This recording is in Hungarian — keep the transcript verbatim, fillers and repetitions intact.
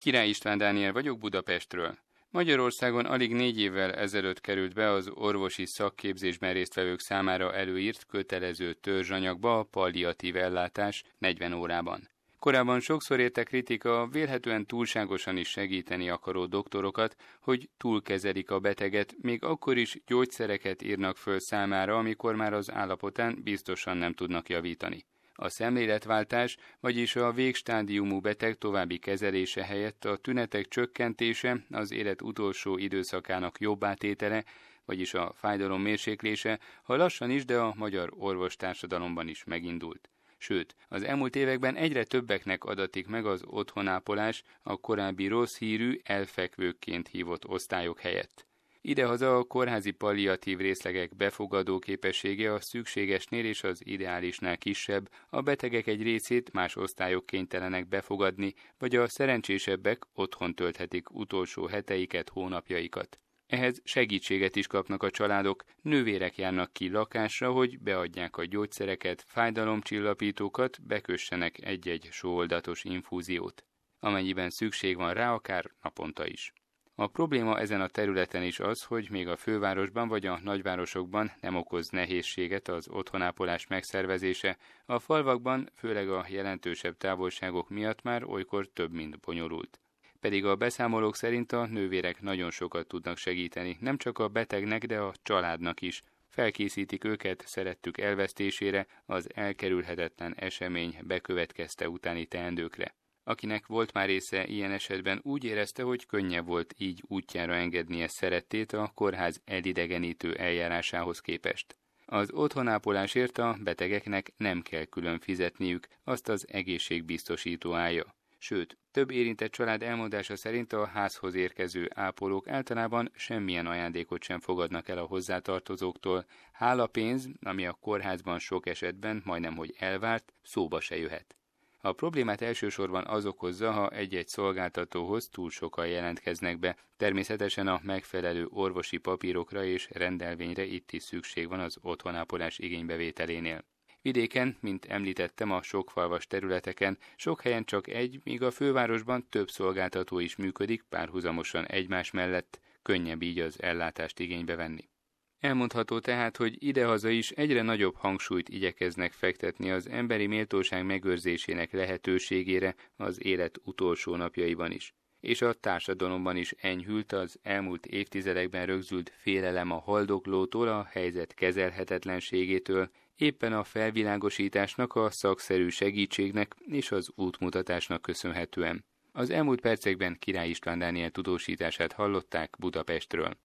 Király István Dániel vagyok Budapestről. Magyarországon alig négy évvel ezelőtt került be az orvosi szakképzésben résztvevők számára előírt kötelező törzsanyagba a palliatív ellátás negyven órában. Korábban sokszor érte kritika vélhetően túlságosan is segíteni akaró doktorokat, hogy túlkezelik a beteget, még akkor is gyógyszereket írnak föl számára, amikor már az állapotán biztosan nem tudnak javítani. A szemléletváltás, vagyis a végstádiumú beteg további kezelése helyett a tünetek csökkentése, az élet utolsó időszakának jobbátétele, vagyis a fájdalom mérséklése, ha lassan is, de a magyar orvostársadalomban is megindult. Sőt, az elmúlt években egyre többeknek adatik meg az otthonápolás a korábbi rossz hírű elfekvőkként hívott osztályok helyett. Idehaza a kórházi palliatív részlegek befogadó képessége a szükségesnél és az ideálisnál kisebb, a betegek egy részét más osztályok kénytelenek befogadni, vagy a szerencsésebbek otthon tölthetik utolsó heteiket, hónapjaikat. Ehhez segítséget is kapnak a családok, nővérek járnak ki lakásra, hogy beadják a gyógyszereket, fájdalomcsillapítókat, bekössenek egy-egy sóoldatos infúziót, amennyiben szükség van rá, akár naponta is. A probléma ezen a területen is az, hogy még a fővárosban vagy a nagyvárosokban nem okoz nehézséget az otthonápolás megszervezése, a falvakban, főleg a jelentősebb távolságok miatt már olykor több, mint bonyolult. Pedig a beszámolók szerint a nővérek nagyon sokat tudnak segíteni, nem csak a betegnek, de a családnak is. Felkészítik őket szerettük elvesztésére, az elkerülhetetlen esemény bekövetkezte utáni teendőkre. Akinek volt már része ilyen esetben, úgy érezte, hogy könnyebb volt így útjára engednie szerettét a kórház elidegenítő eljárásához képest. Az otthonápolásért a betegeknek nem kell külön fizetniük, azt az egészségbiztosító állja. Sőt, több érintett család elmondása szerint a házhoz érkező ápolók általában semmilyen ajándékot sem fogadnak el a hozzátartozóktól, hálapénz, ami a kórházban sok esetben majdnem hogy elvárt, szóba se jöhet. A problémát elsősorban az okozza, ha egy-egy szolgáltatóhoz túl sokan jelentkeznek be. Természetesen a megfelelő orvosi papírokra és rendelvényre itt is szükség van az otthonápolás igénybevételénél. Vidéken, mint említettem, a sokfalvas területeken sok helyen csak egy, míg a fővárosban több szolgáltató is működik párhuzamosan egymás mellett, könnyebb így az ellátást igénybe venni. Elmondható tehát, hogy idehaza is egyre nagyobb hangsúlyt igyekeznek fektetni az emberi méltóság megőrzésének lehetőségére az élet utolsó napjaiban is. És a társadalomban is enyhült az elmúlt évtizedekben rögzült félelem a haldoklótól, a helyzet kezelhetetlenségétől, éppen a felvilágosításnak, a szakszerű segítségnek és az útmutatásnak köszönhetően. Az elmúlt percekben Király István Dániel tudósítását hallották Budapestről.